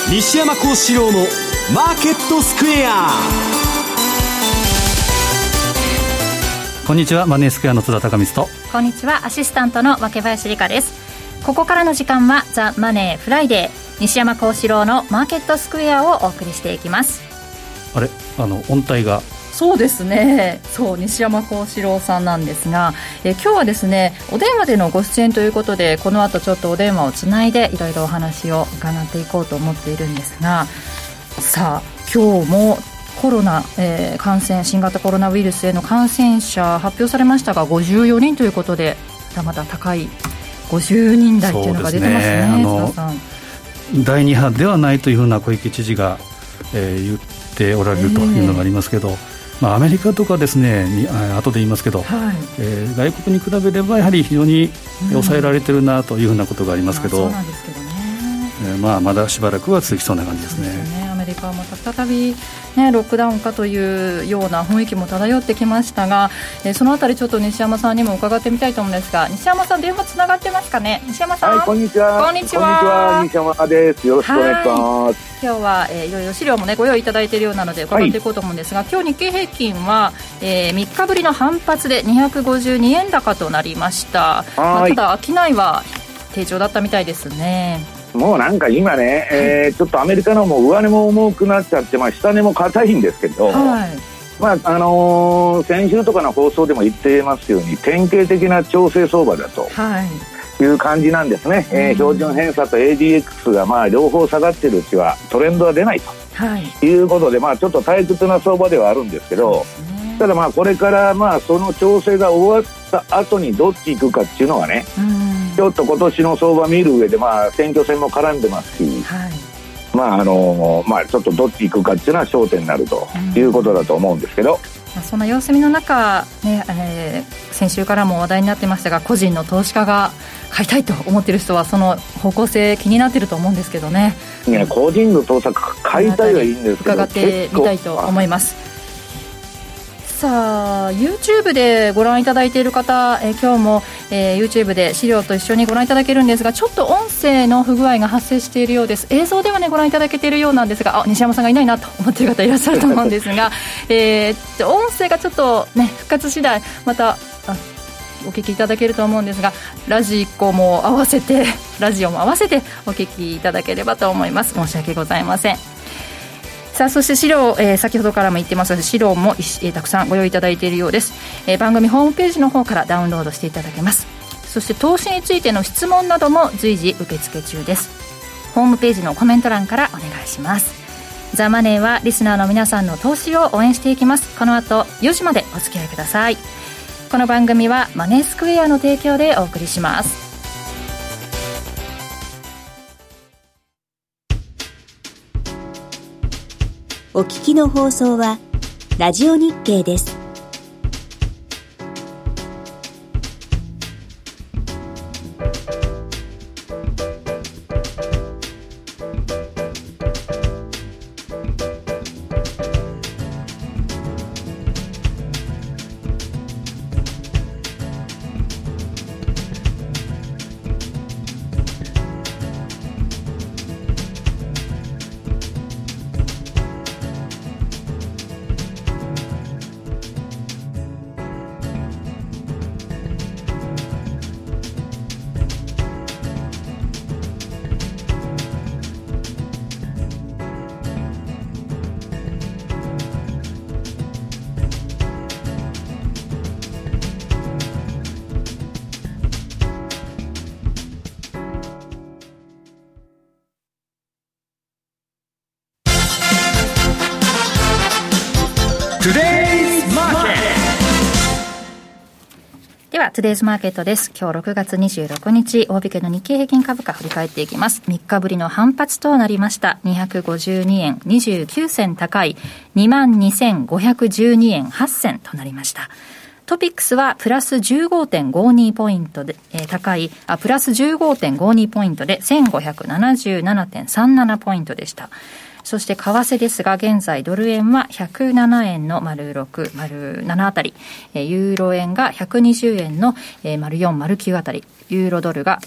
西山幸四郎のマーケットスクエア。 こんにちは、マネースクエアの津田隆光と、 こんにちは、アシスタントの若林理香です。ここからの時間はザ・マネーフライデー、西山幸四郎のマーケットスクエアをお送りしていきます。 あれ、音体がそうですね、そう西山幸四郎さんなんですが、今日はですね、お電話でのご出演ということで、この後ちょっとお電話をつないでいろいろお話を伺っていこうと思っているんですが、さあ今日もコロナ、感染、新型コロナウイルスへの感染者発表されましたが、54人ということで、まだ高い50人台というのが出てますね。津田さん、 第2波ではないというふうな小池知事が、言っておられるというのがありますけど、アメリカとかですね、後で言いますけど、外国に比べればやはり非常に抑えられてるなというふうなことがありますけど、 そうなんですけどね、 まだしばらくは続きそうな感じですね。 そうですね、アメリカはまた再び、ロックダウンかというような雰囲気も漂ってきましたが、そのあたりちょっと西山さんにも伺ってみたいと思うんですが、西山さん電話つながってますかね。西山さん、 こんにちは。 こんにちは、 西山です。よろしくお願いします。 今日は、いろいろ資料も、ご用意いただいているようなので伺っていこうと思うんですが、今日日経平均は、3日ぶりの反発で252円高となりました。ただ商いは低調だったみたいですね。 もうなんか今ね、ちょっとアメリカのも上値も重くなっちゃって、下値も硬いんですけど、先週とかの放送でも言ってますように、典型的な調整相場だと、いう感じなんですね。標準偏差と ADX が両方下がっているうちはトレンドは出ないと、いうことで、ちょっと退屈な相場ではあるんですけど、ただこれからその調整が終わった後にどっち行くかっていうのはね、ちょっと今年の相場見る上で、選挙戦も絡んでますし、ちょっとどっち行くかっていうのは焦点になるということだと思うんですけど、 そんな様子見の中、先週からも話題になってましたが、個人の投資家が買いたいと思っている人はその方向性気になっていると思うんですけどね。 個人の投資家買いたいはいいんですけど、 伺ってみたいと思います。さあ YouTube でご覧いただいている方、今日も、YouTube で資料と一緒にご覧いただけるんですが、ちょっと音声の不具合が発生しているようです。映像ではご覧いただけているようなんですが、西山さんがいないなと思っている方いらっしゃると思うんですが音声がちょっと復活次第またお聞きいただけると思うんですが、ラジオも合わせてお聞きいただければと思います。申し訳ございません。さあ、そして資料、先ほどからも言ってますが、資料も、たくさんご用意いただいているようです。番組ホームページの方からダウンロードしていただけます。そして投資についての質問なども随時受付中です。ホームページのコメント欄からお願いします。ザ・マネーはリスナーの皆さんの投資を応援していきます。この後4時までお付き合いください。この番組はマネースクエアの提供でお送りします。 お聞きの放送はラジオ日経です。 ではトゥデイズマーケットです。今日6月26日大引けの日経平均株価振り返っていきます。3日ぶりの反発となりました。252円29銭高い 22,512 円8銭となりました。トピックスはプラス 15.52 ポイントで、プラス 15.52 ポイントで 1577.37 ポイントでした。 そして為替ですが、現在ドル円は107円の丸6、丸7あたり、ユーロ円が120円の丸4、丸9あたり、ユーロドルが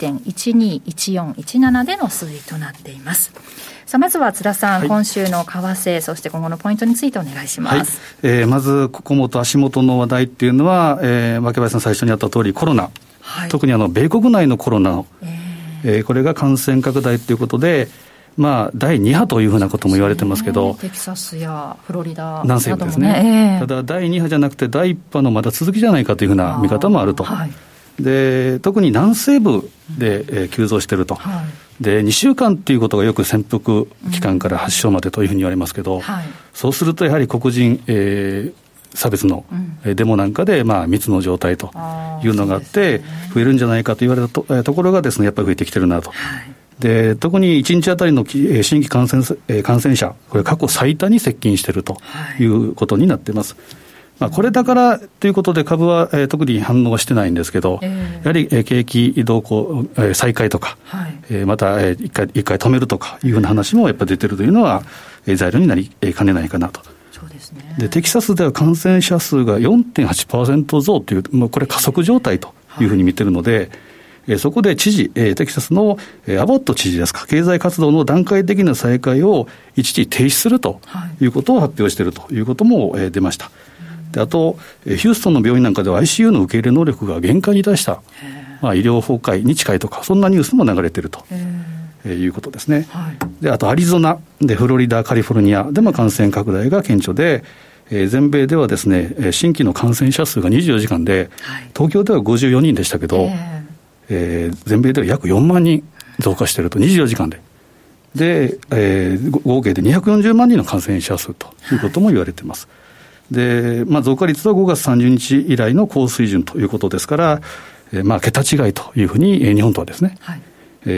1.121417 での推移となっています。さあ、まずは津田さん、はい、今週の為替、そして今後のポイントについてお願いします。 はい、まずここもと足元の話題っていうのは、若林さん最初にあった通りコロナ、はい、特に米国内のコロナの、これが感染拡大ということで、第2波というふうなことも言われてますけど、 テキサスやフロリダ南西部ですね、ただ第2波じゃなくて第1波のまだ続きじゃないかというふうな見方もあると、はい、で特に南西部で、急増していると、はい、で2週間ということがよく潜伏期間から発症までというふうに言われますけど、はい、そうするとやはり黒人、差別のデモなんかで、密の状態というのがあって、増えるんじゃないかと言われた ところがですね、やっぱり増えてきてるなと、はい、で特に1日あたりの新規感染者、これ過去最多に接近しているということになっています。これだからということで株は、特に反応はしてないんですけど、やはり、景気動向、再開とか、はい、また、一回止めるとかいうような話もやっぱり出てるというのは、材料になりかねないかなと。 そうですね。 でテキサスでは感染者数が 4.8% 増という、これ加速状態というふうに見てるので、はい、そこで知事、テキサスのアボット知事ですか、経済活動の段階的な再開を一時停止するということを発表しているということも出ました。であとヒューストンの病院なんかでは ICU の受け入れ能力が限界に達した、医療崩壊に近いとか、そんなニュースも流れているということですね。はい、であとアリゾナでフロリダ、カリフォルニアでも感染拡大が顕著で、全米ではですね、新規の感染者数が24時間で、はい、東京では54人でしたけど、全米では約4万人増加していると、24時間で。で、合計で240万人の感染者数ということも言われています。はい、で増加率は5月30日以来の高水準ということですから、桁違いというふうに、日本とはですね、はい、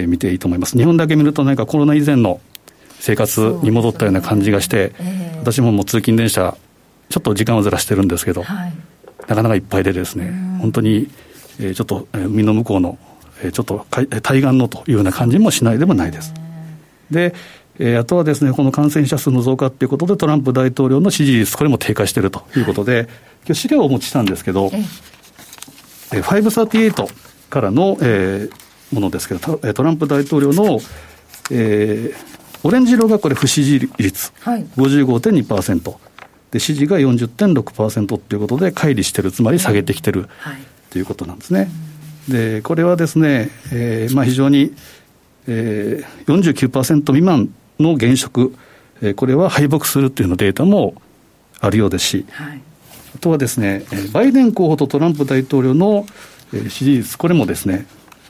見ていいと思います。日本だけ見ると何かコロナ以前の生活に戻ったような感じがして、私ももう通勤電車ちょっと時間をずらしてるんですけど、はい、なかなかいっぱいでですね、本当に、ちょっと海の向こうの、ちょっと対岸のというような感じもしないでもないです。であとはですね、この感染者数の増加ということでトランプ大統領の支持率、これも低下しているということで、今日資料をお持ちしたんですけど、538からの、ものですけど、トランプ大統領の、オレンジ色がこれ不支持率、はい、55.2%、で支持が 40.6% ということで乖離している、つまり下げてきている、はい、ということなんですね。でこれはですね、非常に、49% 未満の現職、これは敗北するというのデータもあるようですし、はい、あとはですね、バイデン候補とトランプ大統領の支持率、これもですね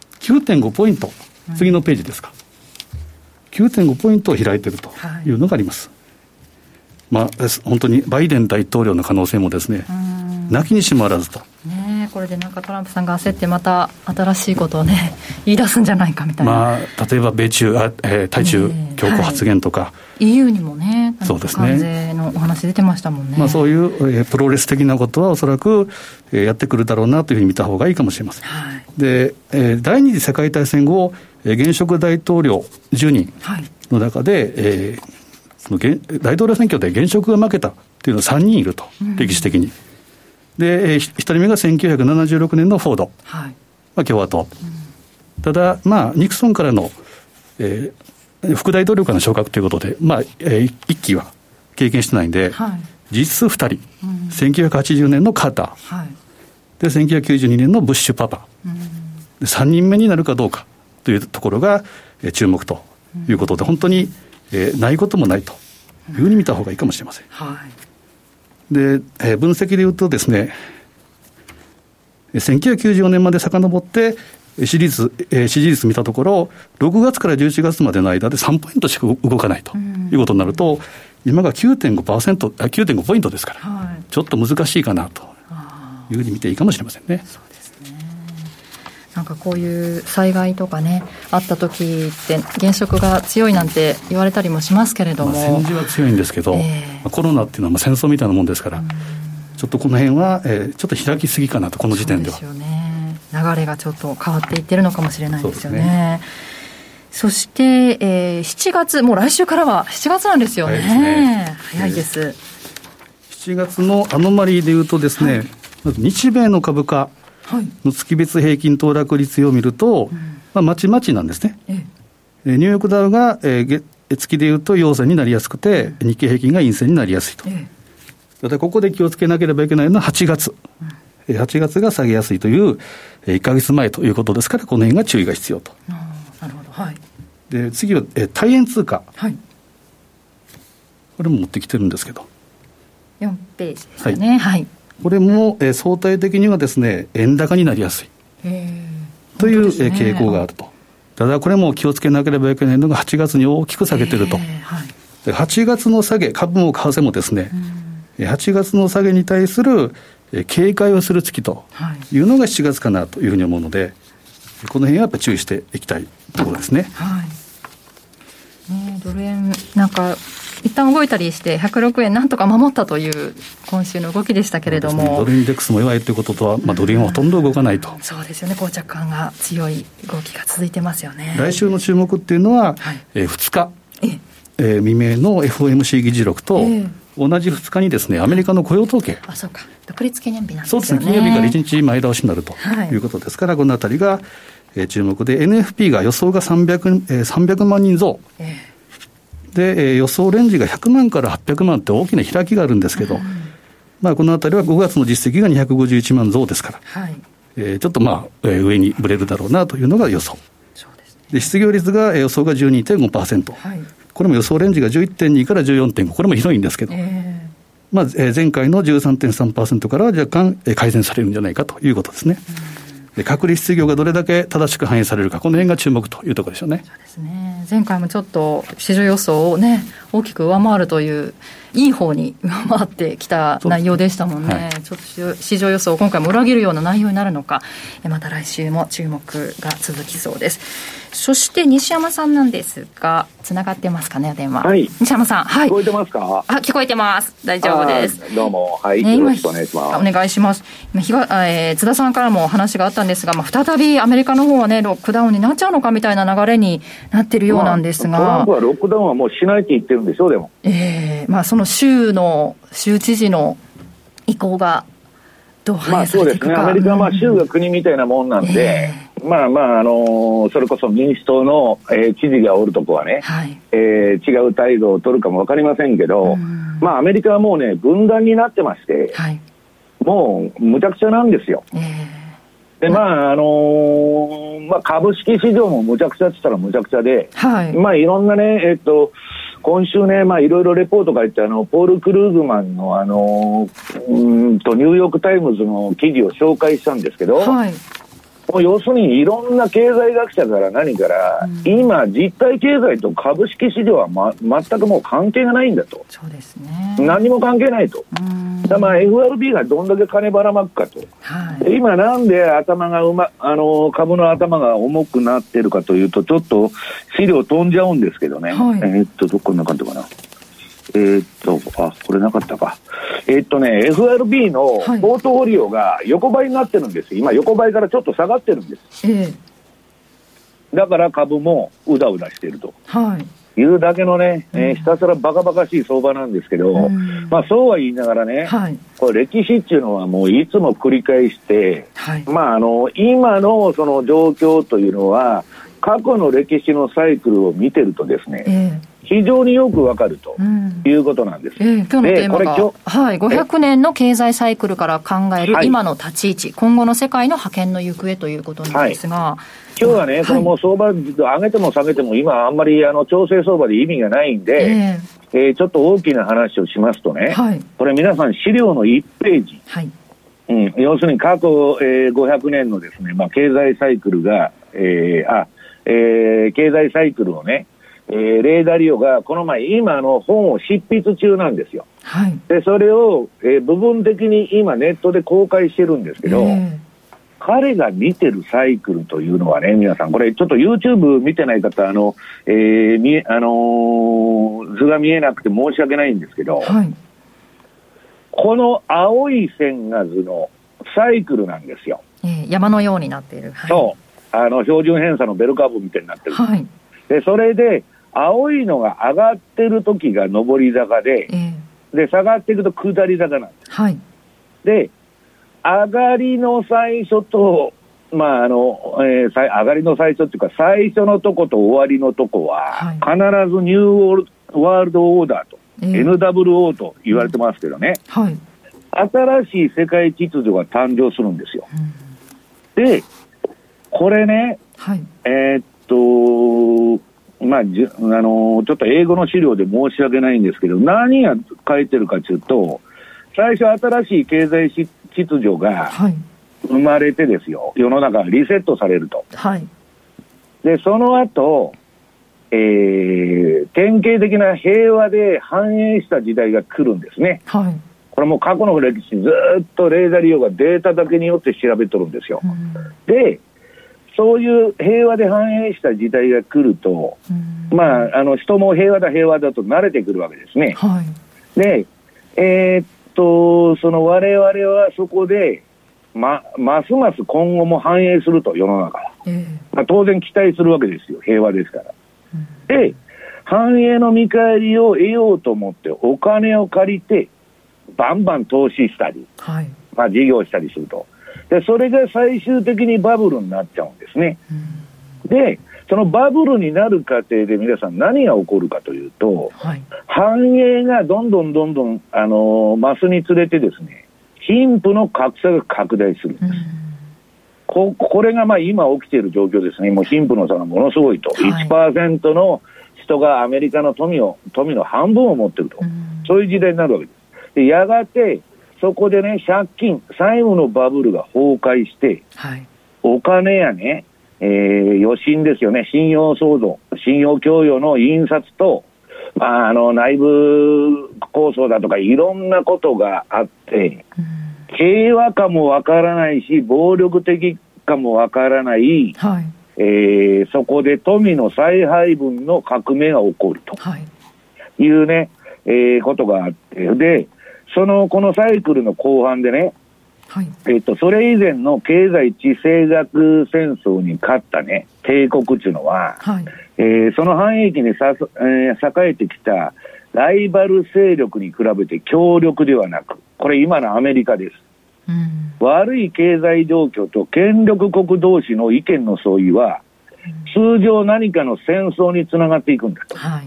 9.5 ポイント、次のページですか、9.5 ポイントを開いているというのがあります。はい、本当にバイデン大統領の可能性もですね、なきにしもあらずと。 これでなんかトランプさんが焦ってまた新しいことをね言い出すんじゃないかみたいな、 例えば米中対中強硬発言とか、 はい、EU にもね、そうですね、関税のお話出てましたもんね。 そういう、プロレス的なことはおそらく、やってくるだろうなというふうに見た方がいいかもしれません。はい、で、第二次世界大戦後、現職大統領10人の中で、その大統領選挙で現職が負けたというのは3人いると、歴史的に。で、1人目が1976年のフォード、はい、共和党、ただ、ニクソンからの、副大統領からの昇格ということで、1期は経験してないんで、はい、実質2人、1980年のカーター、はい、で1992年のブッシュパパ、で3人目になるかどうかというところが、注目ということで、本当に、ないこともないというふうに見た方がいいかもしれません。はい、で分析でいうとですね、1994年まで遡って支持率見たところ、6月から11月までの間で3ポイントしか動かないということになると、今が 9.5 ポイントですから、はい、ちょっと難しいかなというふうに見ていいかもしれませんね。 そうですね。なんかこういう災害とかね、あった時って現職が強いなんて言われたりもしますけれども、 戦時は強いんですけど、コロナっていうのは戦争みたいなもんですから、ちょっとこの辺は、ちょっと開きすぎかなと、この時点では。 そうですよね。流れがちょっと変わっていってるのかもしれないですよね。 そして、7月、もう来週からは7月なんですよね。早いです。 7月のアノマリーでいうとですね、まず日米の株価の月別平均騰落率を見ると、まちまちなんですね。ニューヨークダウが、月でいうと陽線になりやすくて、日経平均が陰線になりやすいと。ただここで気をつけなければいけないのは8月。8月が下げやすいという1ヶ月前ということですから、この辺が注意が必要と。 なるほど。はい。 で次は対円通貨、 はい、 これも持ってきてるんですけど 4ページですよね。はい。 これも、相対的にはですね円高になりやすいという、傾向があると。ただこれも気をつけなければいけないのが8月に大きく下げてると。で8月の下げ、株も為替もですね、8月の下げに対する警戒をする月というのが7月かなというふうに思うので、この辺はやっぱり注意していきたいところですね。 ドル円なんか一旦動いたりして106円なんとか守ったという今週の動きでしたけれども、 ドルインデックスも弱いということとは、ドル円はほとんど動かないと。 そうですよね。膠着感が強い動きが続いてますよね。 来週の注目っていうのは、2日、未明の FOMC 議事録と、同じ2日にですねアメリカの雇用統計、 そうか、独立記念日なんですよね。 そうですね、金曜日から1日前倒しになるということですから、このあたりが、注目で、 NFP が予想が300万人増、で、予想レンジが100万から800万って大きな開きがあるんですけど、このあたりは5月の実績が251万増ですから、ちょっと上にぶれるだろうなというのが予想。そうですね。で、失業率が予想が 12.5%、これも予想レンジが 11.2 から 14.5、これも広いんですけど、前回の 13.3% からは若干改善されるんじゃないかということですね。で、隔離失業がどれだけ正しく反映されるか、この辺が注目というところでしょうね。 そうですね。前回もちょっと市場予想をね大きく上回るといういい方に上回ってきた内容でしたもんね。ちょっと市場予想を今回も裏切るような内容になるのか、また来週も注目が続きそうです。そして西山さんなんですが、つながってますかね、電話。西山さん、 聞こえてますか？ 聞こえてます。大丈夫です。 どうも、よろしくお願いします。 お願いします。津田さんからも話があったんですが、再びアメリカの方はねロックダウンになっちゃうのかみたいな流れになっているようなんですが、 トランプはロックダウンはもうしないって言ってるんでしょう。でも、 その州知事の意向がどう反映されていくか。 そうですね。アメリカは州が国みたいなもんなんで、それこそ民主党の、知事がおるとこはね、違う態度を取るかも分かりませんけど、アメリカはもうね分断になってまして、もうむちゃくちゃなんですよ。で、株式市場もむちゃくちゃって言ったらむちゃくちゃで、いろんなね、今週ね、いろいろレポートが言ってポール・クルーグマンのニューヨークタイムズの記事を紹介したんですけど、もう要するにいろんな経済学者から何から、今実体経済と株式市場は、全くもう関係がないんだと。 そうですね。 何も関係ないと。だからFRB がどんだけ金ばらまくかと。今なんで株の頭が重くなってるかというと、ちょっと資料飛んじゃうんですけどね。どこになかったかな。これなかったか。FRB のポートフォリオが横ばいになってるんです。今横ばいからちょっと下がってるんです。だから株もうだうだしてると。いうだけのね、ひたすらバカバカしい相場なんですけど、そうは言いながらね、これ歴史っていうのはもういつも繰り返して、今のその状況というのは過去の歴史のサイクルを見てるとですね、非常によくわかるということなんです。 今日のテーマが500年の経済サイクルから考える今の立ち位置、今後の世界の覇権の行方ということなんですが、 今日はね、もう相場上げても下げても今あんまり調整相場で意味がないんで、ちょっと大きな話をしますとね、これ皆さん資料の1ページ、要するに過去、500年のですね、経済サイクルが、経済サイクルをね、レーダーリオがこの前今の本を執筆中なんですよ。でそれを、部分的に今ネットで公開してるんですけど、彼が見てるサイクルというのはね、皆さんこれちょっと YouTube 見てない方図が見えなくて申し訳ないんですけど、この青い線が図のサイクルなんですよ。 山のようになっている。 そう標準偏差のベルカーブみたいになってる。 でそれで青いのが上がってる時が上り坂で、で下がっていくと下り坂なんです、はい、で上がりの最初と、上がりの最初っていうか最初のとこと終わりのとこは、はい、必ずニューワールドオーダーと、NWO と言われてますけどね、はい、新しい世界秩序が誕生するんですよ、でこれね、はい、ちょっと英語の資料で申し訳ないんですけど、何が書いてるかというと、最初新しい経済秩序が生まれてですよ、世の中がリセットされると、はい、でその後、典型的な平和で繁栄した時代が来るんですね、はい、これも過去の歴史ずっとレーダー利用がデータだけによって調べとるんですよ、でそういう平和で繁栄した時代が来ると、人も平和だと慣れてくるわけですね、はい、でその我々はそこで、ますます今後も繁栄すると、世の中は、当然期待するわけですよ、平和ですから、で繁栄の見返りを得ようと思ってお金を借りてバンバン投資したり、はい、事業したりすると、でそれが最終的にバブルになっちゃうんですね、でそのバブルになる過程で皆さん何が起こるかというと、はい、繁栄がどんどん増すにつれてですね、貧富の格差が拡大するんです、これが今起きている状況ですね。もう貧富の差がものすごいと、はい、1% の人がアメリカの富の半分を持っていると、そういう時代になるわけです。でやがてそこでね、借金債務のバブルが崩壊して、はい、お金やね、余震ですよね、信用騒動、信用供与の印刷と、内部構想だとかいろんなことがあって、平和かもわからないし暴力的かもわからない、はい、そこで富の再配分の革命が起こるというね、ことがあって、でこのサイクルの後半でね、はい、それ以前の経済地政学戦争に勝ったね帝国っていうのは、はい、その繁栄期に栄えてきたライバル勢力に比べて強力ではなく、これ今のアメリカです、悪い経済状況と権力国同士の意見の相違は、通常何かの戦争につながっていくんだと、はい、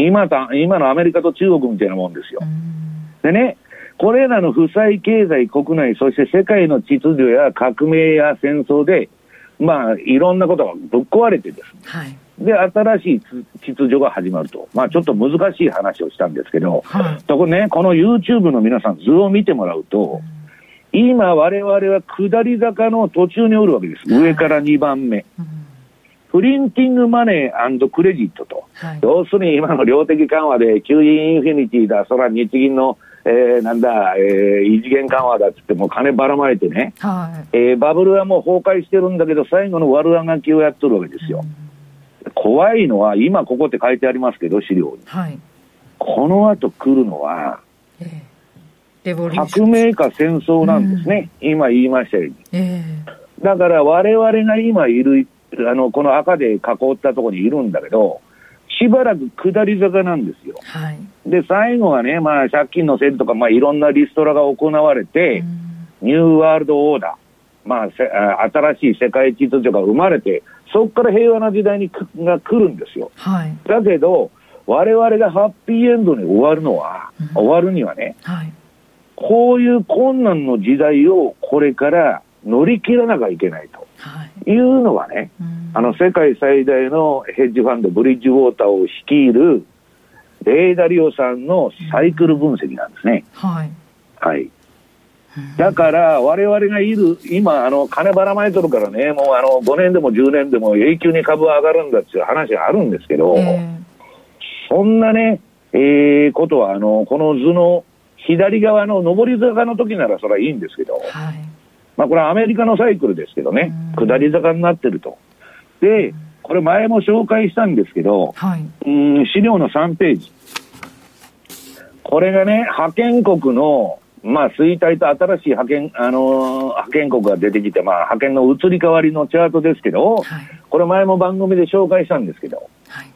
今のアメリカと中国みたいなもんですよ。でね、これらの負債経済国内、そして世界の秩序や革命や戦争で、いろんなことがぶっ壊れてですね、はい、で新しい秩序が始まると、ちょっと難しい話をしたんですけど、はい、この YouTube の皆さん図を見てもらうと、今我々は下り坂の途中におるわけです。上から2番目、フリンティングマネー&クレジットと、はい、要するに今の量的緩和で QE インフィニティだ、そら日銀の異次元緩和だっつってもう金ばらまいてね、はい、バブルはもう崩壊してるんだけど最後の悪あがきをやっとるわけですよ、怖いのは今ここって書いてありますけど資料に、はい、この後来るのは、革命か戦争なんですね、今言いましたように、だから我々が今いるこの赤で囲ったところにいるんだけど、しばらく下り坂なんですよ、はい、で最後はね、借金のせいとか、いろんなリストラが行われて、ニューワールドオーダー、新しい世界秩序が生まれて、そこから平和な時代が来るんですよ、はい、だけど我々がハッピーエンドに終わるにはね、はい、こういう困難の時代をこれから乗り切らなきゃいけないと、いうのがね、世界最大のヘッジファンドブリッジウォーターを率いるレイダリオさんのサイクル分析なんですね、はいはい、だから我々がいる今金ばらまいとるからね、もう5年でも10年でも永久に株は上がるんだっていう話があるんですけど、そんなね、ことはこの図の左側の上り坂の時ならそれはいいんですけど、はい、これはアメリカのサイクルですけどね、下り坂になってると。でこれ前も紹介したんですけど、はい、資料の3ページ、これがね覇権国の衰退と新しい覇権国が出てきて、覇権の移り変わりのチャートですけど、はい、これ前も番組で紹介したんですけど、はい、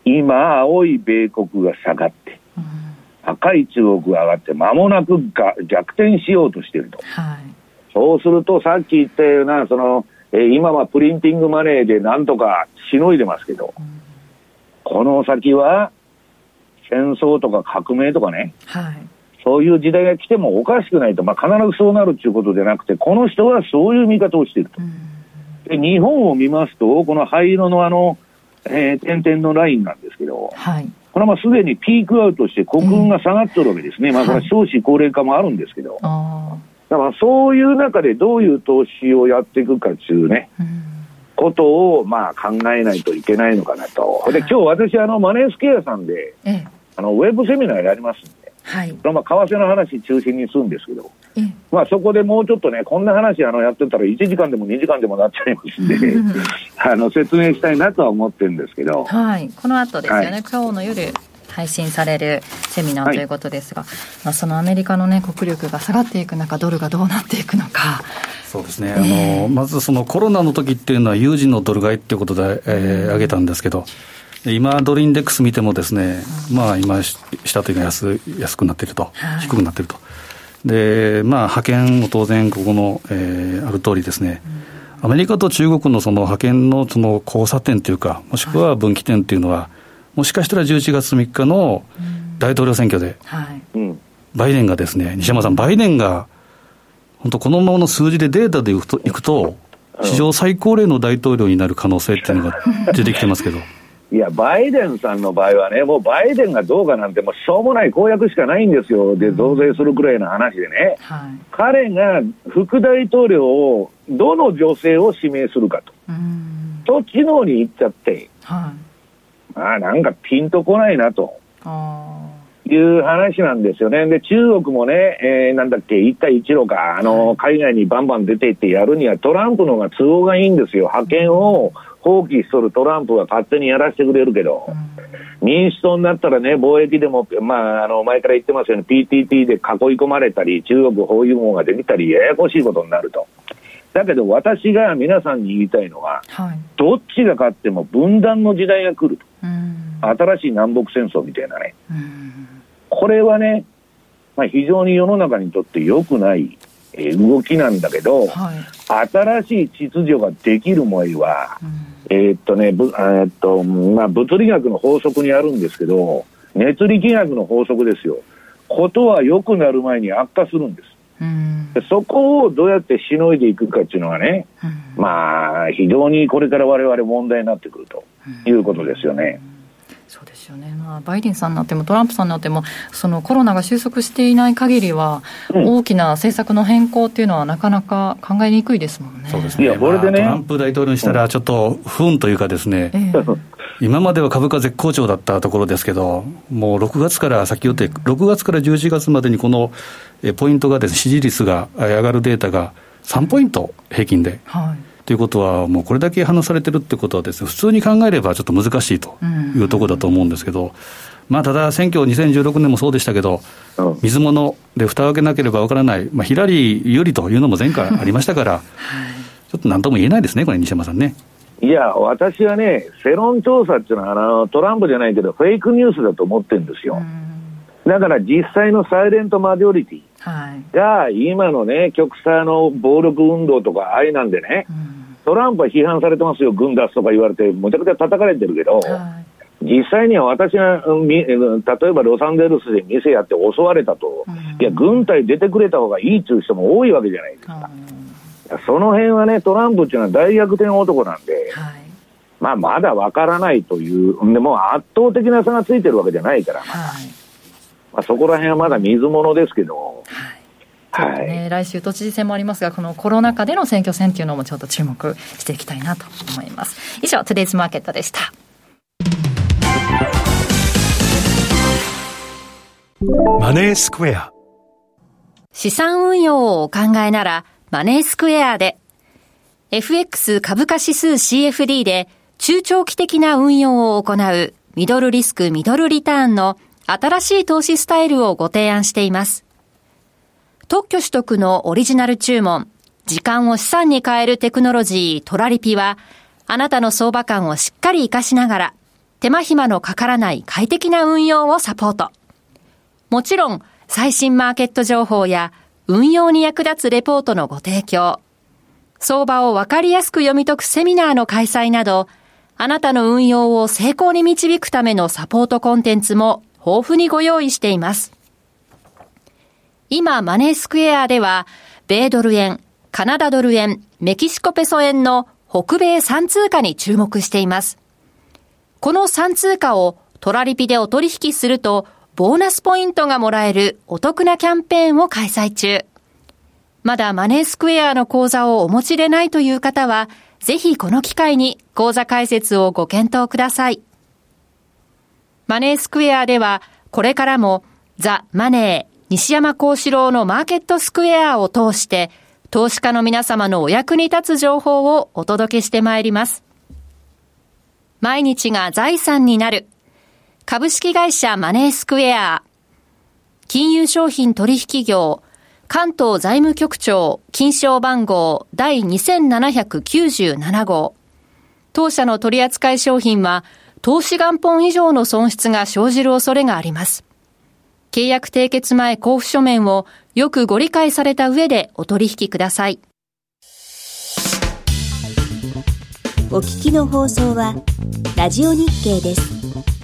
今青い米国が下がって、赤い中国が上がって間もなく逆転しようとしていると、はい、そうするとさっき言ったような今はプリンティングマネーでなんとかしのいでますけど、この先は戦争とか革命とかね、はい、そういう時代が来てもおかしくないと、必ずそうなるということでなくて、この人はそういう見方をしていると、で日本を見ますとこの灰色の点々のラインなんですけど、はい、これはすでにピークアウトして国運が下がってるわけですね、これは少子高齢化もあるんですけど、だからそういう中でどういう投資をやっていくかというね、ことを考えないといけないのかなと。で今日私マネースクエアさんで、ウェブセミナーやりますんで、はい、為替の話中心にするんですけど、そこでもうちょっとねこんな話やってたら1時間でも2時間でもなっちゃいますんで説明したいなとは思ってるんですけど、 はい、この後ですよね、はい、今日の夜配信されるセミナーということですが、そのアメリカの、ね、国力が下がっていく中ドルがどうなっていくのか。 そうですね、まずそのコロナの時っていうのは有事のドル買いっていうことで、挙げたんですけど、今ドルインデックス見てもですね、今下というのは安くなっていると、低くなっていると。で覇権も当然ここの、ある通りですね、アメリカと中国のその覇権のその交差点というか、もしくは分岐点というのは、もしかしたら11月3日の大統領選挙で、バイデンがですね、西山さん、バイデンが本当このままの数字でデータでいくと史上最高齢の大統領になる可能性っていうのが出てきてますけどいやバイデンさんの場合はね、もうバイデンがどうかなんてもうしょうもない公約しかないんですよ。で増税するくらいの話でね、彼が副大統領をどの女性を指名するかと、そっちの方に行っちゃって、なんかピンとこないなという話なんですよね。で中国もね、なんだっけ一帯一路か海外にバンバン出ていってやるにはトランプの方が都合がいいんですよ。覇権を放棄しとるトランプは勝手にやらせてくれるけど、民主党になったらね、貿易でも、前から言ってますように PTT で囲い込まれたり中国包囲網ができたりややこしいことになると。だけど私が皆さんに言いたいのは、どっちが勝っても分断の時代が来ると、新しい南北戦争みたいなね、これはね、非常に世の中にとって良くない動きなんだけど、新しい秩序ができる前は、物理学の法則にあるんですけど、熱力学の法則ですよ。ことは良くなる前に悪化するんです。でそこをどうやってしのいでいくかっていうのがね、非常にこれから我々問題になってくるということですよね。 そうですよね。バイデンさんになってもトランプさんになってもそのコロナが収束していない限りは、大きな政策の変更っていうのはなかなか考えにくいですもんね。 そうですね。いやこれでね、トランプ大統領にしたらちょっと不運というかですね、今までは株価絶好調だったところですけど、もう6月から先予定、6月から11月までにこのポイントがですね、支持率が上がるデータが3ポイント平均で、ということはもうこれだけ話されてるってことはですね、普通に考えればちょっと難しいというところだと思うんですけど、ただ選挙2016年もそうでしたけど、水物で蓋を開けなければわからない、ヒラリー有利というのも前回ありましたから、ちょっと何とも言えないですね、これ西山さんね。 いや私はね、世論調査っていうのはトランプじゃないけどフェイクニュースだと思ってるんですよ。だから実際のサイレントマジョリティが今のね、極左の暴力運動とか愛なんでね、トランプは批判されてますよ。軍出すとか言われてむちゃくちゃ叩かれてるけど、実際には私が例えばロサンゼルスで店やって襲われたと、いや軍隊出てくれた方がいいっていう人も多いわけじゃないですか。その辺はね、トランプっていうのは大逆転男なんで、まだわからないというでも圧倒的な差がついてるわけじゃないから、そこら辺はまだ水物ですけど、 そうですね、来週都知事選もありますが、このコロナ禍での選挙戦っていうのもちょっと注目していきたいなと思います。以上トゥデイズマーケットでした。 マネースクエア。 資産運用をお考えならマネースクエアで FX 株価指数 CFD で中長期的な運用を行うミドルリスクミドルリターンの新しい投資スタイルをご提案しています。特許取得のオリジナル注文、時間を資産に変えるテクノロジートラリピは、あなたの相場感をしっかり活かしながら、 手間暇のかからない快適な運用をサポート。もちろん、最新マーケット情報や運用に役立つレポートのご提供、相場をわかりやすく読み解くセミナーの開催など、あなたの運用を成功に導くためのサポートコンテンツも豊富にご用意しています。今、マネースクエアでは、米ドル円、カナダドル円、メキシコペソ円の北米3通貨に注目しています。この3通貨をトラリピでお取引すると、ボーナスポイントがもらえるお得なキャンペーンを開催中。まだマネースクエアの口座をお持ちでないという方は、ぜひこの機会に口座開設をご検討ください。マネースクエアでは、これからもザ・マネー、西山幸四郎のマーケットスクエアを通して、投資家の皆様のお役に立つ情報をお届けしてまいります。毎日が財産になる。株式会社マネースクエア。金融商品取引業、関東財務局長金賞番号第2797号。当社の取扱い商品は、投資元本以上の損失が生じる恐れがあります。契約締結前交付書面をよくご理解された上でお取引ください。 お聞きの放送はラジオ日経です。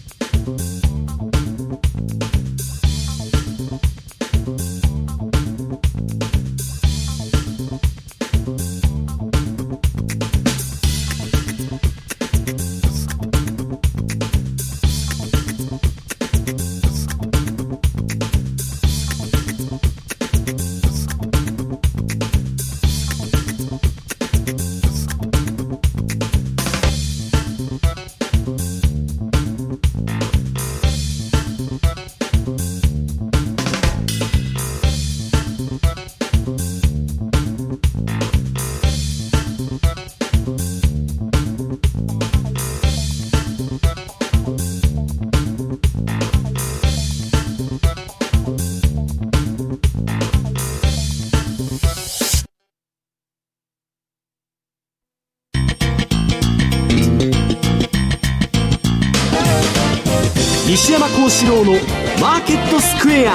西山幸四郎のマーケットスクエア。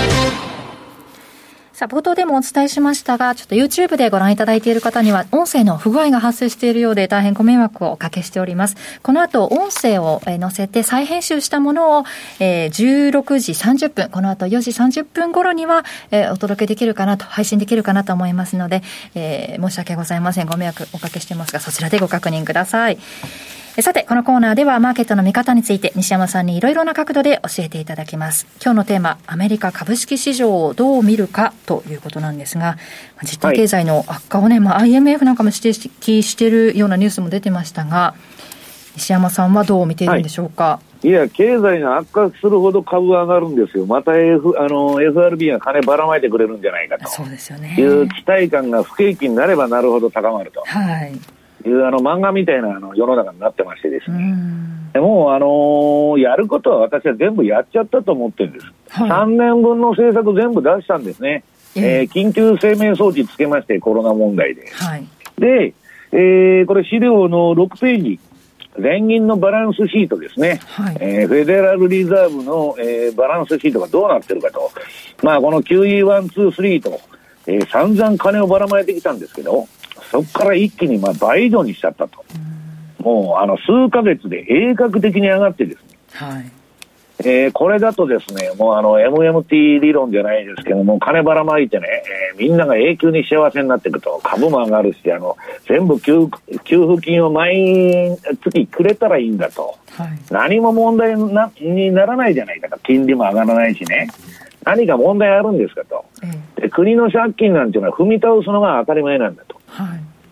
さあ、冒頭でもお伝えしましたが、ちょっと YouTube でご覧いただいている方には音声の不具合が発生しているようで大変ご迷惑をおかけしております。この後音声を載せて再編集したものを16時30分、この後4時30分頃にはお届けできるかなと、配信できるかなと思いますので、申し訳ございません。ご迷惑おかけしてますが、そちらでご確認ください。さて、このコーナーではマーケットの見方について西山さんにいろいろな角度で教えていただきます。今日のテーマ、アメリカ株式市場をどう見るかということなんですが、実体経済の悪化をね、IMF なんかも指摘しているようなニュースも出てましたが、西山さんはどう見ているんでしょうか。 いや、経済が悪化するほど株が上がるんですよ。また、FRB が金ばらまいてくれるんじゃないかと。 そうですよね。 いう期待感が不景気になればなるほど高まると。 はい。 いう漫画みたいな世の中になってましてですね。でもやることは私は全部やっちゃったと思ってるんです。はい、3年分の政策全部出したんですね。緊急生命装置つけまして、コロナ問題で。はい、で、これ資料の6ページ。連銀のバランスシートですね。はい、フェデラルリザーブの、バランスシートがどうなってるかと。まあ、この QE1、2、3と、散々金をばらまいてきたんですけど、そこから一気に倍以上にしちゃったと。もう数ヶ月で鋭角的に上がってですね。はい。これだとですね、もうMMT 理論じゃないですけども、金ばらまいてね、みんなが永久に幸せになっていくと、株も上がるし、全部給付金を毎月くれたらいいんだと。はい、何も問題にならないじゃないかと。金利も上がらないしね。何か問題あるんですかと。で、国の借金なんていうのは踏み倒すのが当たり前なんだと。はい、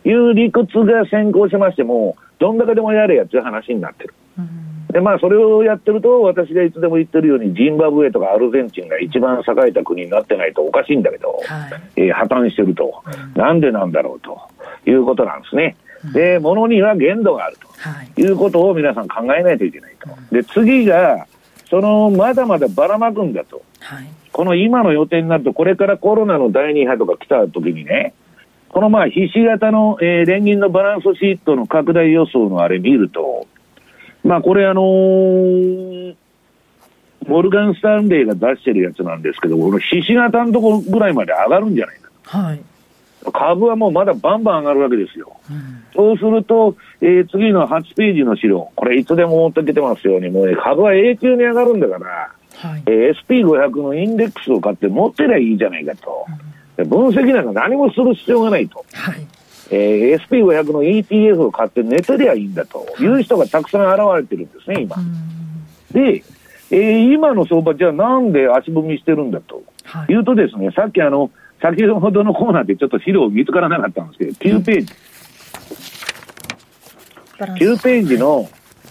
いう理屈が先行しましても、どんだけでもやれやっていう話になってる。で、それをやってると、私がいつでも言ってるように、ジンバブエとかアルゼンチンが一番栄えた国になってないとおかしいんだけど、はい、破綻してると、なんでなんだろうということなんですね。で、物には限度があるということを皆さん考えないといけないと。で、次が、まだまだばらまくんだと。はい、この今の予定になると、これからコロナの第2波とか来た時にね、このひし形の、連銀のバランスシートの拡大予想のあれ見ると、 まあこれモルガン・スタンレーが出してるやつなんですけど、このひし形のところぐらいまで上がるんじゃないか、 はい、 株はもうまだバンバン上がるわけですよ、そうすると、次の8ページの資料、これいつでも持ってきてますように、もう、株は永久に上がるんだから、はい、SP500 のインデックスを買って持ってりゃいいじゃないかと、分析なんか何もする必要がないと、はい、SP500 の ETF を買って寝てりゃいいんだという人がたくさん現れてるんですね、今。で、今の相場じゃあなんで足踏みしてるんだというとですね、さっき先ほどのコーナーでちょっと資料見つからなかったんですけど、9ページ。9ページの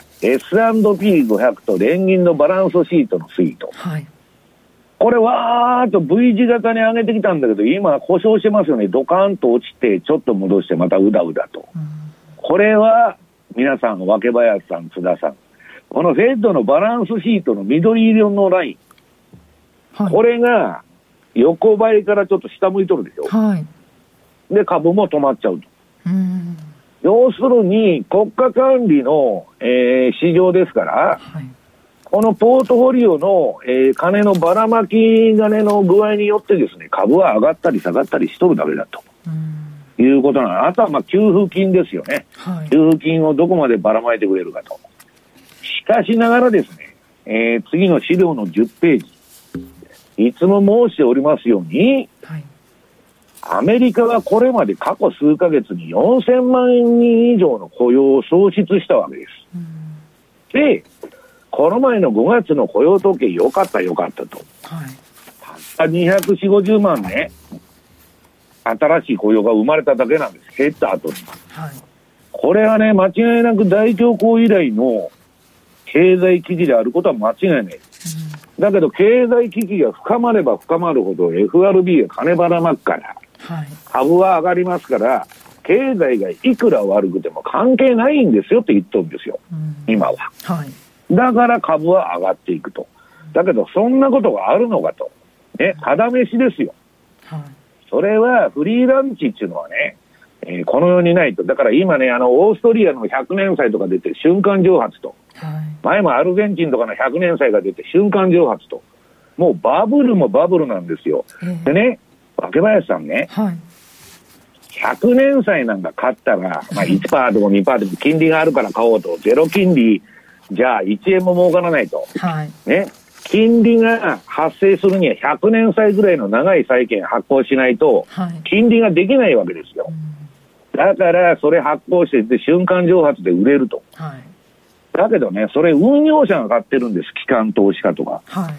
S&P500 と連銀のバランスシートの推移と。はい、これわーっと V 字型に上げてきたんだけど、今故障してますよね。ドカーンと落ちて、ちょっと戻してまたうだうだと。これは皆さん、若林さん、津田さん。このフェッドのバランスシートの緑色のライン、はい、これが横ばいからちょっと下向いとるでしょ、はい、で株も止まっちゃうと。要するに国家管理の、市場ですから、はい、このポートフォリオの、金のばらまき金の具合によってですね、株は上がったり下がったりしとるだけだということなの。あとは給付金ですよね、はい、給付金をどこまでばらまいてくれるかと。しかしながらですね、次の資料の10ページ、いつも申しておりますように、はい、アメリカはこれまで過去数ヶ月に4000万人以上の雇用を創出したわけです。で、この前の5月の雇用統計良かったと、はい、たった240万ね、新しい雇用が生まれただけなんです。減った後に、はい、これはね、間違いなく大恐慌以来の経済危機であることは間違いないです。だけど経済危機が深まれば深まるほど FRB が金ばらまくから、はい、株は上がりますから、経済がいくら悪くても関係ないんですよって言っとるんですよ、今は、はい、だから株は上がっていくと。だけどそんなことがあるのかと、ね、ただ飯ですよ、はい、それはフリーランチっていうのはね、この世にないと。だから今ね、オーストリアの100年債とか出て瞬間蒸発と、はい、前もアルゼンチンとかの100年債が出て瞬間蒸発と、もうバブルもバブルなんですよ、でね、若林さんね、はい、100年債なんか買ったら、まあ、1% でも 2% でも金利があるから買おうと、ゼロ金利じゃあ1円も儲からないと、はいね、金利が発生するには100年債ぐらいの長い債券発行しないと金利ができないわけですよ、だからそれ発行してで瞬間蒸発で売れると、はい、だけどね、それ運用者が買ってるんです、機関投資家とか、はい、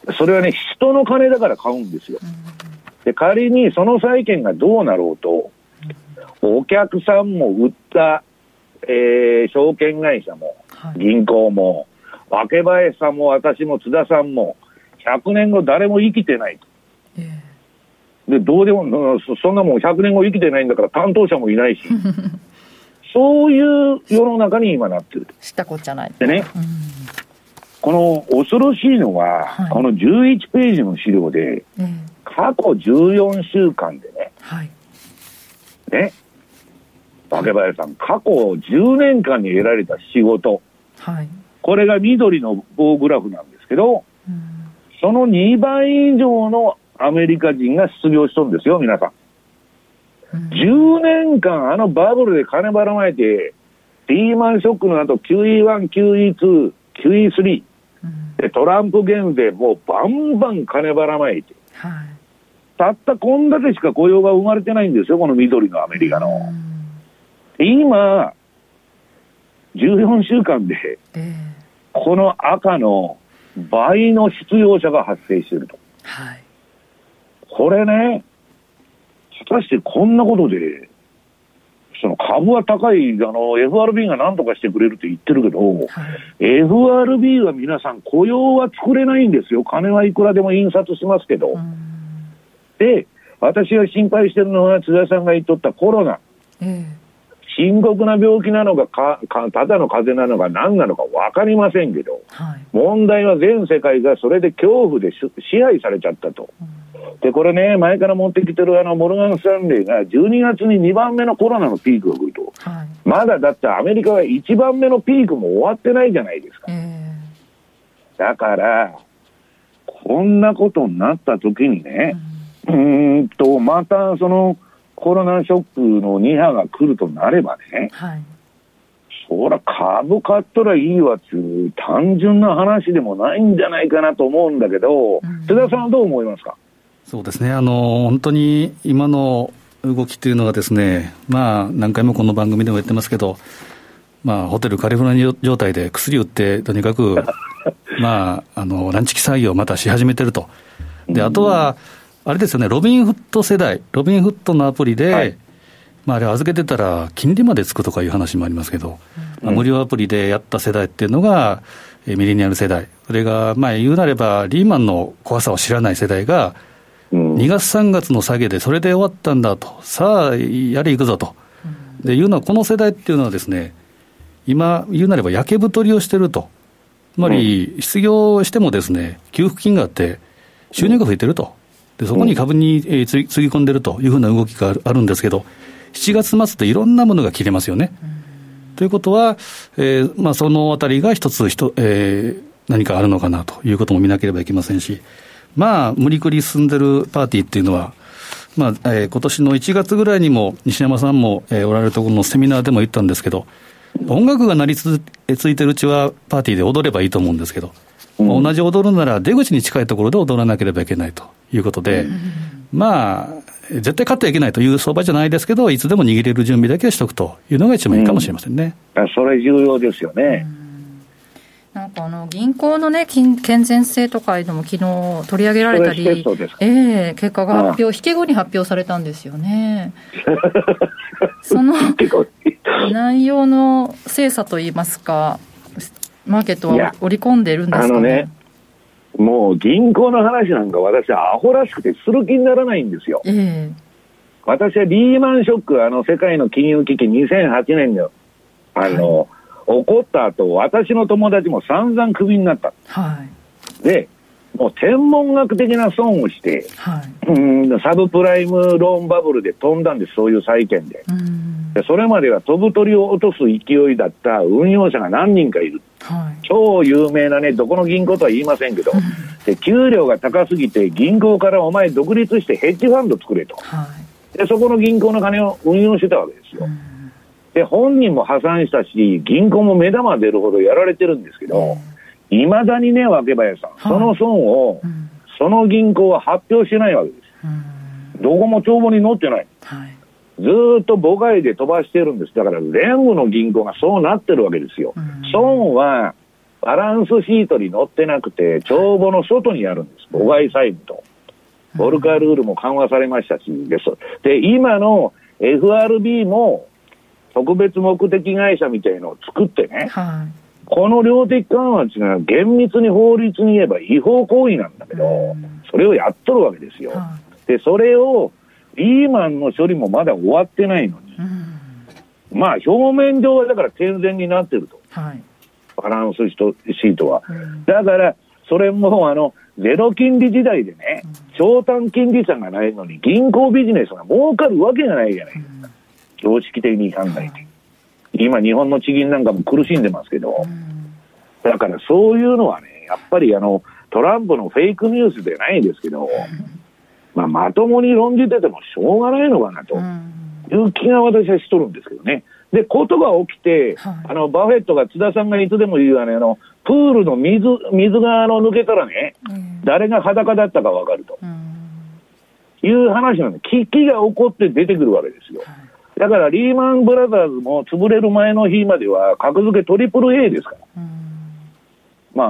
それはね、人の金だから買うんですよ、で仮にその債券がどうなろうと、お客さんも売った、証券会社も、はい、銀行も若林さんも私も津田さんも100年後誰も生きてないと、でどうでもそんなもん100年後生きてないんだから担当者もいないしそういう世の中に今なってると。 知ったこっちゃないでね、この恐ろしいのは、はい、この11ページの資料で、過去14週間でね、はい、ね、若林さん、過去10年間に得られた仕事、はい、これが緑の棒グラフなんですけど、その2倍以上のアメリカ人が失業しとるんですよ、皆さん。10年間あのバブルで金ばらまいて、リーマンショックの後 QE1、QE2、QE3、でトランプ減税もうバンバン金ばらまいて、はい、たったこんだけしか雇用が生まれてないんですよ、この緑のアメリカの。今14週間でこの赤の倍の失業者が発生していると、はい、これね、果たしてこんなことでその株は高いFRB が何とかしてくれるって言ってるけど、はい、FRB は皆さん雇用は作れないんですよ。金はいくらでも印刷しますけど、で私が心配してるのは津田さんが言っとったコロナ、深刻な病気なのかただの風邪なのか何なのか分かりませんけど、はい、問題は全世界がそれで恐怖で支配されちゃったと、でこれね、前から持ってきてるモルガン・スタンレーが12月に2番目のコロナのピークが来ると、 まだだってアメリカは1番目のピークも終わってないじゃないですか。だからこんなことになった時にね、またそのコロナショックの2波が来るとなればね、そら株買ったらいいわっていう単純な話でもないんじゃないかなと思うんだけど、津田さんはどう思いますか？ そうですね、本当に今の動きというのがですね、何回もこの番組でも言ってますけど、ホテルカリフォルニア状態で薬打ってとにかくランチ期作業またし始めてると。であとはあれですよね、ロビンフット世代、ロビンフットのアプリで、あれ預けてたら金利までつくとかいう話もありますけど、無料アプリでやった世代っていうのがミレニアル世代、それが言うなればリーマンの怖さを知らない世代が2月3月の下げでそれで終わったんだと、さあやれいくぞと、でいうのはこの世代っていうのはですね、今言うなれば焼け太りをしてると、つまり失業してもですね給付金があって収入が増えてると、でそこに株につぎ込んでるというふうな動きがあるんですけど、7月末でいろんなものが切れますよね。ということは、そのあたりが一つ何かあるのかなということも見なければいけませんし、無理くり進んでるパーティーっていうのは、今年の1月ぐらいにも西山さんも、おられるところのセミナーでも言ったんですけど、音楽が鳴りついてるうちはパーティーで踊ればいいと思うんですけど、同じ踊るなら出口に近いところで踊らなければいけないということで、絶対勝ってはいけないという相場じゃないですけど、いつでも握れる準備だけはしておくというのが一番いいかもしれませんね。 それ重要ですよね。 なんか銀行のね、健全性とかいうのも昨日取り上げられたり、結果が引け後に発表されたんですよね。その内容の精査といいますか、マーケットは織り込んでるんですかね。 もう銀行の話なんか私はアホらしくてする気にならないんですよ。私はリーマンショック、世界の金融危機2008年の起こった後、私の友達も散々クビになった、でもう天文学的な損をして、サブプライムローンバブルで飛んだんです。そういう債券で、それまでは飛ぶ鳥を落とす勢いだった運用者が何人かいる、超有名なね、どこの銀行とは言いませんけど、で給料が高すぎて銀行からお前独立してヘッジファンド作れと、でそこの銀行の金を運用してたわけですよ。で本人も破産したし銀行も目玉出るほどやられてるんですけど、いまだにね、若林さん、その損を、その銀行は発表しないわけです。どこも帳簿に載ってない、ずーっと母外で飛ばしてるんです。だから連部の銀行がそうなってるわけですよ。損はバランスシートに載ってなくて帳簿の外にあるんです。母外債務とボルカールールも緩和されましたしです。で今の FRB も特別目的会社みたいのを作ってね、この量的緩和っていうのは厳密に法律に言えば違法行為なんだけど、それをやっとるわけですよ。でそれをリーマンの処理もまだ終わってないのに、表面上はだから健全になってると、バランスシートは、だからそれもゼロ金利時代でね、長短金利差がないのに銀行ビジネスが儲かるわけがないじゃないですか、常識的に考えて。今日本の地銀なんかも苦しんでますけど、だからそういうのはね、やっぱりトランプのフェイクニュースでないですけど、まともに論じててもしょうがないのかなという気が私はしとるんですけどね。でことが起きて、バフェットが津田さんがいつでも言うプールの水が抜けたらね、誰が裸だったか分かると、いう話なんで、危機が起こって出てくるわけですよ。だからリーマンブラザーズも潰れる前の日までは格付けトリプル A ですから、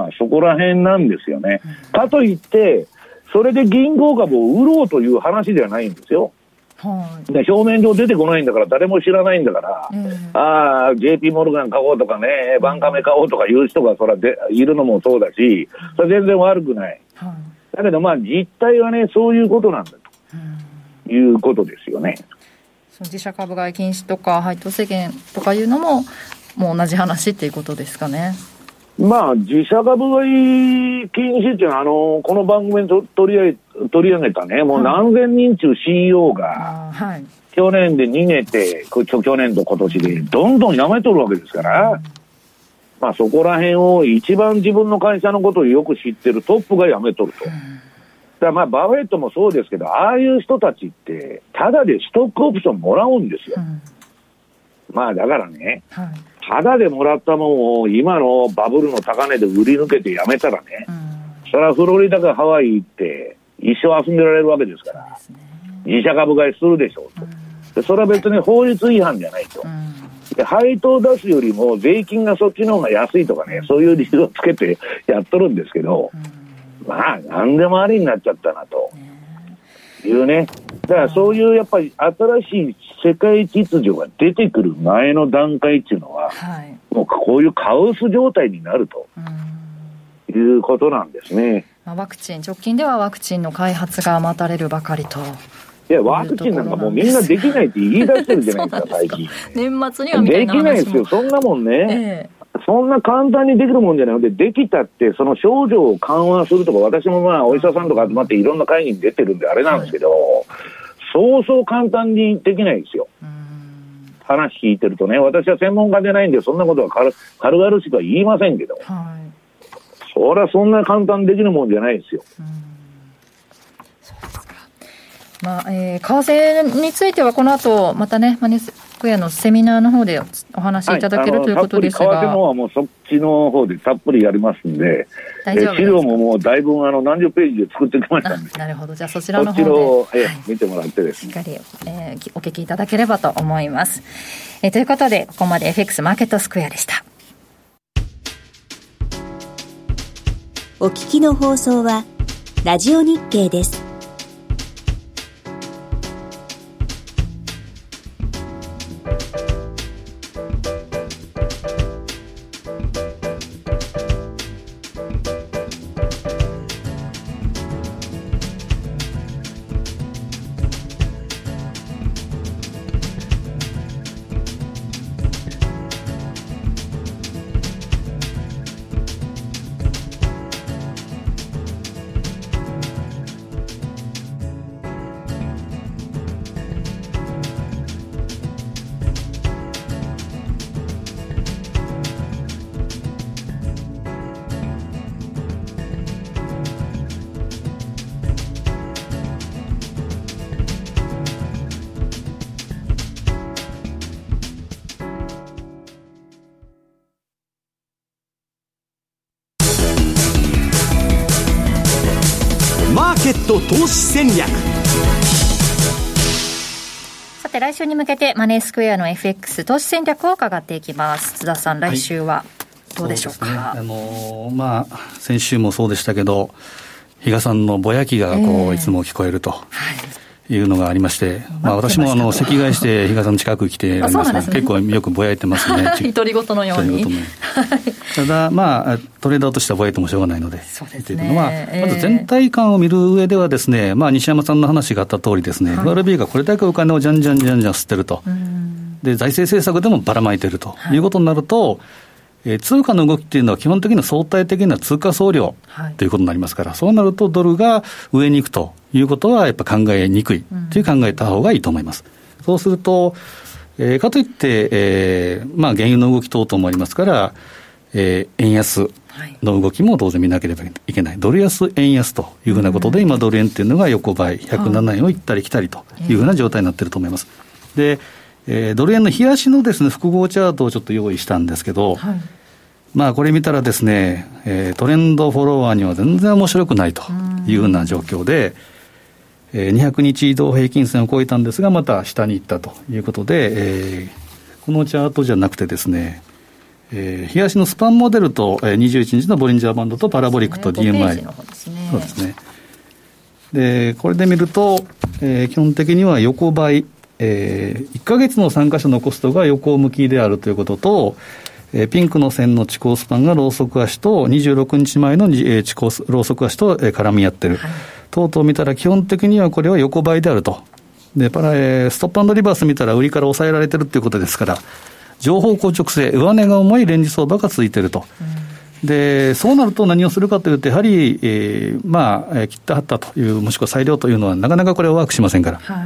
そこら辺なんですよね。かといってそれで銀行株を売ろうという話ではないんですよ。で表面上出てこないんだから誰も知らないんだから、JP モルガン買おうとかね、バンカメ買おうとかいう人がそれでいるのもそうだし、それ全然悪くない、だけど実態はね、そういうことなんだということですよね。 自社株買い禁止とか配当制限とかいうのももう同じ話っていうことですかね。 自社株買い禁止っていうのはこの番組で取り上げたね、もう何千人中 CEO が去年で逃げて、去年と今年でどんどんやめとるわけですから、まあそこら辺を一番自分の会社のことをよく知ってるトップがやめとると。だからまあバフェットもそうですけど、ああいう人たちってただでストックオプションもらうんですよ。まあだからね、ただでもらったもんを今のバブルの高値で売り抜けてやめたらね、それはフロリダかハワイ行って一生遊んでられるわけですから、自社株買いするでしょうと。でそれは別に法律違反じゃないと。で配当を出すよりも税金がそっちの方が安いとかね、そういう理由をつけてやっとるんですけど、まあ何でもありになっちゃったなというね。だからそういうやっぱり新しい世界秩序が出てくる前の段階っていうのは、もうこういうカオス状態になるということなんですね。 ワクチン、直近ではワクチンの開発が待たれるばかりと。 いや、ワクチンなんかもうみんなできないって言い出してるじゃないですか、最近。 年末にはみたいな話も。 できないですよ、そんなもんね。そんな簡単にできるもんじゃないので、できたってその症状を緩和するとか、私もまあお医者さんとか集まっていろんな会議に出てるんであれなんですけど、そうそう簡単にできないですよ。話聞いてるとね、私は専門家じゃないんでそんなことは軽々しくは言いませんけど、そりゃそんな簡単にできるもんじゃないですよ。 まあ為替についてはこの後またね、マネースクエアのセミナーの方でお話しいただけるということですが、 為替の方はもうそっちの方でたっぷりやりますんで、資料ももうだいぶ何十ページで作ってきましたんで、 なるほど、じゃあそちらの方でそっちを、見てもらってですね、 しっかり、お聞きいただければと思います。ということでここまで FX マーケットスクエアでした。 お聞きの放送はラジオ日経です。 マーケット投資戦略。 さて来週に向けてマネースクエアの FX 投資戦略を伺っていきます。津田さん、来週はどうでしょうか。 そうですね、まあ先週もそうでしたけど、比嘉さんのぼやきがいつも聞こえると、いうのがありまして、まあ、私も席替えして比嘉さんの近く来ておりますが、結構よくぼやいてますね。 独り言のように。 ただまあトレーダーとしてはぼやいてもしょうがないので、 そうですね、 というのはまず全体感を見る上ではですね、まあ西山さんの話があった通りですね、FRB がこれだけお金をじゃんじゃん吸ってると、で財政政策でもばらまいているということになると、通貨の動きっていうのは基本的には相対的な通貨総量ということになりますから、そうなるとドルが上に行くということはやっぱ考えにくいという考えた方がいいと思います。そうすると、かといって、まあ原油の動き等々もありますから、円安の動きも当然見なければいけない。ドル安円安というふうなことで、今ドル円っていうのが横ばい107円を行ったり来たりというふうな状態になっていると思います。で、ドル円の冷やしのですね複合チャートをちょっと用意したんですけど、まあこれ見たらですね、トレンドフォロワーには全然面白くないというような状況で、200日移動平均線を超えたんですがまた下に行ったということで、このチャートじゃなくてですね、冷やしのスパンモデルと、21日のボリンジャーバンドとパラボリックと DMI、そうですね。でこれで見ると、基本的には横ばい、1ヶ月の参加者のコストが横向きであるということと、ピンクの線の地高スパンがローソク足と26日前の地高ローソク足と絡み合ってる、等々見たら基本的にはこれは横ばいであると。でストップ&リバース見たら売りから抑えられてるということですから、上方向直性上値が重いレンジ相場が続いていると、でそうなると何をするかというとやはり、まあ切ったはったというもしくは裁量というのはなかなかこれはワークしませんから、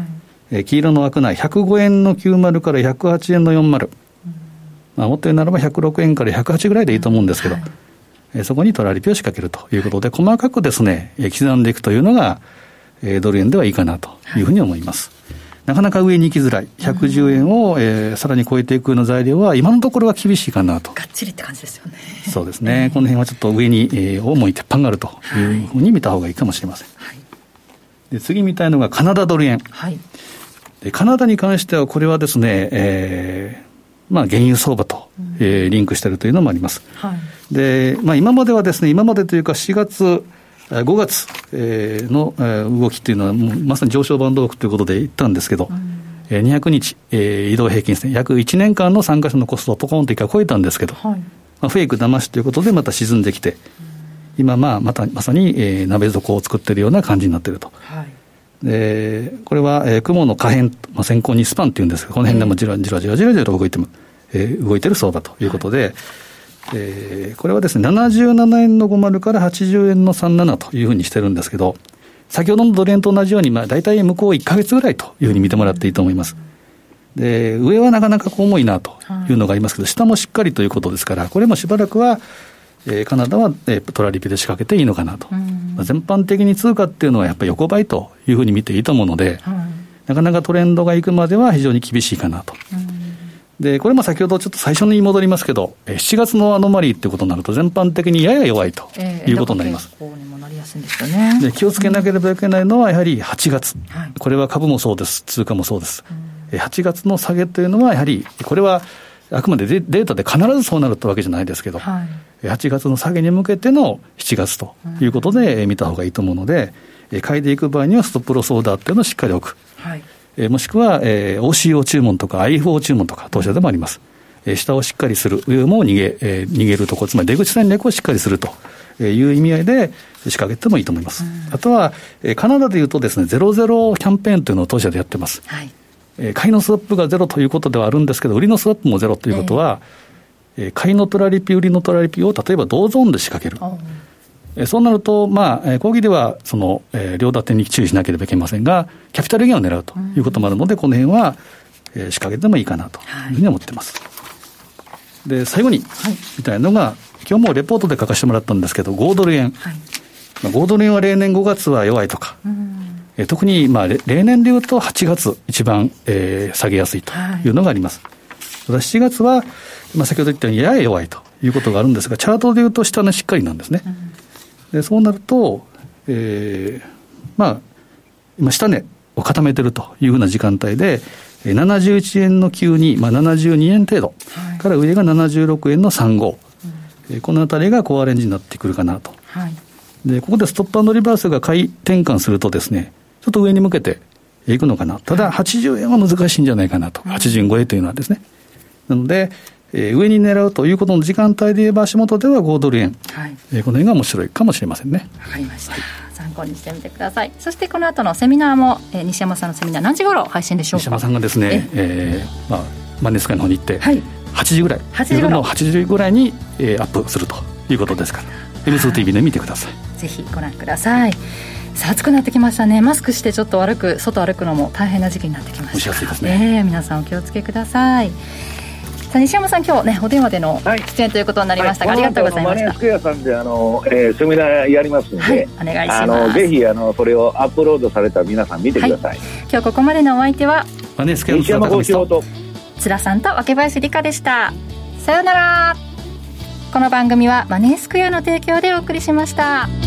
黄色の枠内105円の90から108円の40、もっと言うならば106円から108ぐらいでいいと思うんですけど、そこにトラリピを仕掛けるということで、細かくですね刻んでいくというのが、ドル円ではいいかなというふうに思います。なかなか上に行きづらい110円を、さらに超えていくような材料は今のところは厳しいかなと。 がっちりって感じですよね。 そうですね、この辺はちょっと上に、重い鉄板があるというふうに見た方がいいかもしれません。で次見たいのがカナダドル円、でカナダに関してはこれはですね、原油相場と、リンクしているというのもあります。で、今まではですね、今までというか4月5月の動きというのはもうまさに上昇バンド動きということで言ったんですけど、200日移動平均線約1年間の参加者のコストをポコンと一回超えたんですけど、フェイク騙しということでまた沈んできて、今まさに鍋底を作っているような感じになっていると。でこれは雲の可変、先行にスパンっていうんですが、この辺でもじらじら動いてる相場ということで、これはですね77円の50から80円の37というふうにしてるんですけど、先ほどのドル円と同じように、大体向こう1ヶ月ぐらいというふうに見てもらっていいと思います。で上はなかなか重いなというのがありますけど、下もしっかりということですから、これもしばらくはカナダはトラリピで仕掛けていいのかなと。全般的に通貨っていうのはやっぱり横ばいというふうに見ていいと思うので、なかなかトレンドがいくまでは非常に厳しいかなと。でこれも先ほどちょっと最初に戻りますけど、7月のアノマリーってことになると全般的にやや弱いということになります。で気をつけなければいけないのはやはり8月、これは株もそうです、通貨もそうです。8月の下げというのはやはりこれはあくまでデータで必ずそうなるってわけじゃないですけど、8月の下げに向けての7月ということで見た方がいいと思うので、買いでいく場合にはストップロスオーダーっていうのをしっかり置く、もしくは、OCO 注文とか IFO 注文とか当社でもあります。下をしっかりする、上も逃げるところ、つまり出口戦略をしっかりするという意味合いで仕掛けてもいいと思います。あとはカナダでいうとですね、00キャンペーンというのを当社でやってます。買いのスワップがゼロということではあるんですけど、売りのスワップもゼロということは、買いのトラリピ、売りのトラリピを例えば同ゾーンで仕掛ける。そうなると、講義ではその、両立てに注意しなければいけませんが、キャピタルゲインを狙うということもあるので、この辺は、仕掛けてもいいかなというふうに思っています。で最後にみたいのが、今日もレポートで書かせてもらったんですけど、5ドル円、5ドル円は例年5月は弱いとか、特に例年でいうと8月一番、下げやすいというのがあります。ただ7月は、先ほど言ったようにやや弱いということがあるんですが、チャートでいうと下値しっかりなんですね。でそうなると、今下値を固めているというふうな時間帯で、71円の92、72円程度から上が76円の35、このあたりがコアレンジになってくるかなと。でここでストップ&リバースが買い転換するとですね、ちょっと上に向けていくのかな。ただ80円は難しいんじゃないかなと。85円というのはですね。なので、上に狙うということの時間帯で言えば足元では5ドル円、この辺が面白いかもしれませんね。 わかりました、参考にしてみてください。そしてこの後のセミナーも、西山さんのセミナー何時頃配信でしょうか。 西山さんがですね、マネースカイの方に行って、8時ぐらい、夜の8時ぐらいに、アップするということですから、M2TV で見てください。 ぜひご覧ください。さあ暑くなってきましたね。マスクしてちょっと外歩くのも大変な時期になってきました。 蒸し暑いですね。 皆さんお気をつけください。さあ西山さん、今日ねお電話での出演ということになりましたが、ありがとうございました。 マネースクエアさんでセミナーやりますので、 お願いします。 ぜひそれをアップロードされた皆さん見てください。 今日ここまでのお相手はマネースクエアの西山幸四郎と津田さんと若林理香でした。さようなら。この番組はマネースクエアの提供でお送りしました。